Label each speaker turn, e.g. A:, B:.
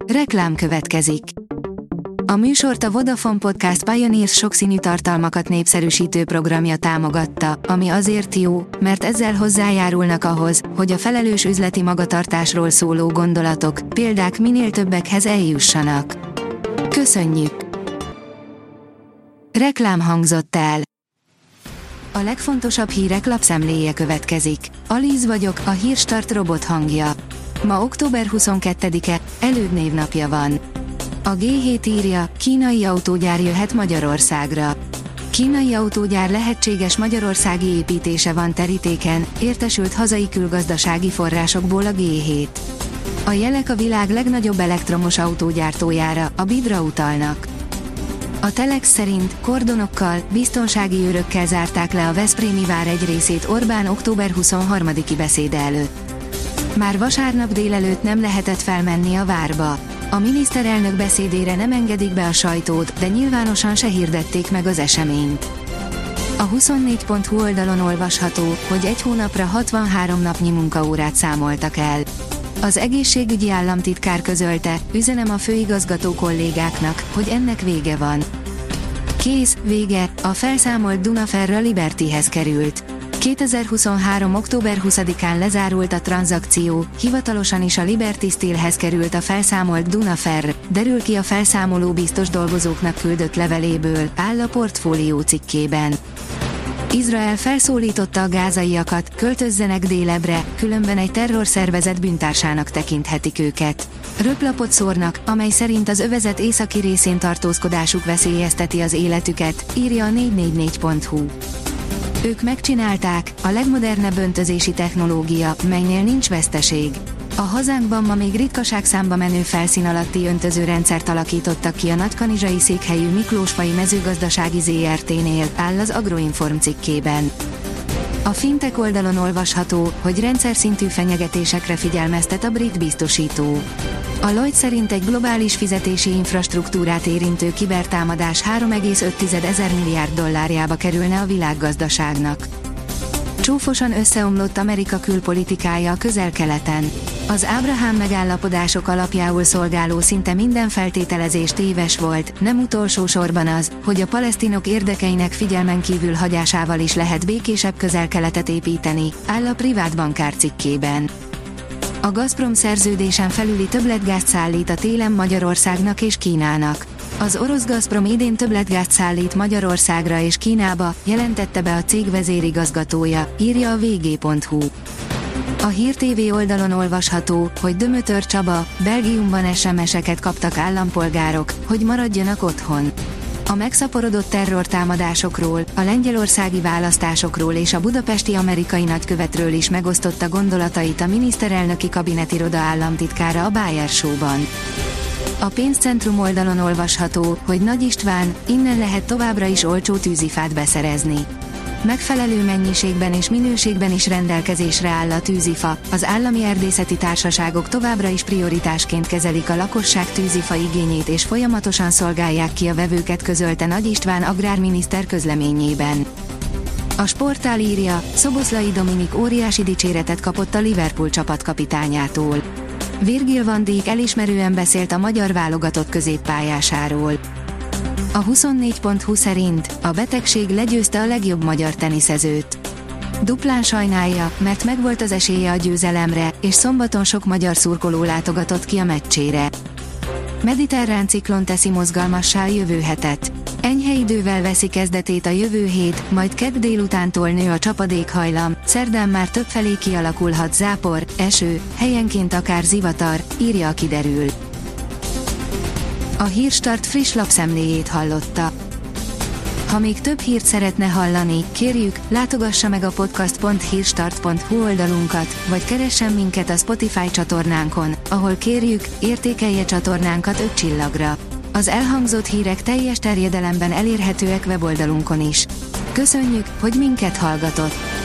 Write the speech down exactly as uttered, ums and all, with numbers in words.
A: Reklám következik. A műsort a Vodafone Podcast Pioneers sokszínű tartalmakat népszerűsítő programja támogatta, ami azért jó, mert ezzel hozzájárulnak ahhoz, hogy a felelős üzleti magatartásról szóló gondolatok, példák minél többekhez eljussanak. Köszönjük! Reklám hangzott el. A legfontosabb hírek lapszemléje következik. Alíz vagyok, a Hírstart robot hangja. Ma október huszonkettedike, Előd névnapja van. A gé hét írja, kínai autógyár jöhet Magyarországra. Kínai autógyár lehetséges magyarországi építése van terítéken, értesült hazai külgazdasági forrásokból a gé hét. A jelek a világ legnagyobb elektromos autógyártójára, a Bidra utalnak. A Telex szerint kordonokkal, biztonsági őrökkel zárták le a veszprémi vár egy részét Orbán október huszonharmadiki beszéde előtt. Már vasárnap délelőtt nem lehetett felmenni a várba. A miniszterelnök beszédére nem engedik be a sajtót, de nyilvánosan se hirdették meg az eseményt. A huszonnégy pont hu oldalon olvasható, hogy egy hónapra hatvanhárom napnyi munkaórát számoltak el. Az egészségügyi államtitkár közölte, üzenem a főigazgató kollégáknak, hogy ennek vége van. Kész, vége, a felszámolt Dunaferr a Libertyhez került. kétezer-huszonhárom. október huszadikán lezárult a tranzakció, hivatalosan is a Liberty Steelhez került a felszámolt Dunaferr, derül ki a felszámoló biztos dolgozóknak küldött leveléből, áll a Portfólió cikkében. Izrael felszólította a gázaiakat, költözzenek délebre, különben egy terrorszervezet bűntársának tekinthetik őket. Röplapot szórnak, amely szerint az övezet északi részén tartózkodásuk veszélyezteti az életüket, írja a négy négy négy pont hu. Ők megcsinálták, a legmodernebb öntözési technológia, melynél nincs veszteség. A hazánkban ma még ritkaságszámba menő felszín alatti öntözőrendszert alakítottak ki a nagykanizsai székhelyű Miklósfai mezőgazdasági zé er té-nél, áll az Agroinform cikkében. A Fintech oldalon olvasható, hogy rendszer szintű fenyegetésekre figyelmeztet a brit biztosító. A Lloyd szerint egy globális fizetési infrastruktúrát érintő kibertámadás három egész öt ezer milliárd dollárjába kerülne a világgazdaságnak. Csúfosan összeomlott Amerika külpolitikája a Közel-Keleten. Az Ábrahám megállapodások alapjául szolgáló szinte minden feltételezés téves volt, nem utolsó sorban az, hogy a palesztinok érdekeinek figyelmen kívül hagyásával is lehet békésebb Közel-Keletet építeni, áll a Privát Bankár cikkében. A Gazprom szerződésen felüli többletgázt szállít a télen Magyarországnak és Kínának. Az orosz Gazprom idén többletgázt szállít Magyarországra és Kínába, jelentette be a cég vezérigazgatója, írja a vé gé pont hu. A Hír té vé oldalon olvasható, hogy Dömötör Csaba, Belgiumban es em es-eket kaptak állampolgárok, hogy maradjanak otthon. A megszaporodott terrortámadásokról, a lengyelországi választásokról és a budapesti amerikai nagykövetről is megosztotta gondolatait a miniszterelnöki kabinetiroda államtitkára a Bayer Show-ban. A pénzcentrum oldalon olvasható, hogy Nagy István, innen lehet továbbra is olcsó tűzifát beszerezni. Megfelelő mennyiségben és minőségben is rendelkezésre áll a tűzifa, az állami erdészeti társaságok továbbra is prioritásként kezelik a lakosság tűzifa igényét és folyamatosan szolgálják ki a vevőket, közölte Nagy István agrárminiszter közleményében. A sportál írja, Szoboszlai Dominik óriási dicséretet kapott a Liverpool csapatkapitányától. Virgil van Dijk elismerően beszélt a magyar válogatott középpályásáról. A huszonnégy pont hu szerint a betegség legyőzte a legjobb magyar teniszezőt. Duplán sajnálja, mert megvolt az esélye a győzelemre, és szombaton sok magyar szurkoló látogatott ki a meccsére. Mediterrán ciklon teszi mozgalmassá a jövő hetet. Enyhe idővel veszi kezdetét a jövő hét, majd kedd délutántól nő a csapadékhajlam, szerdán már többfelé kialakulhat zápor, eső, helyenként akár zivatar, írja a Kiderül. A Hírstart friss lapszemléjét hallotta. Ha még több hírt szeretne hallani, kérjük, látogassa meg a podcast pont hírstart pont hu oldalunkat, vagy keressen minket a Spotify csatornánkon, ahol kérjük, értékelje csatornánkat öt csillagra. Az elhangzott hírek teljes terjedelemben elérhetőek weboldalunkon is. Köszönjük, hogy minket hallgatott!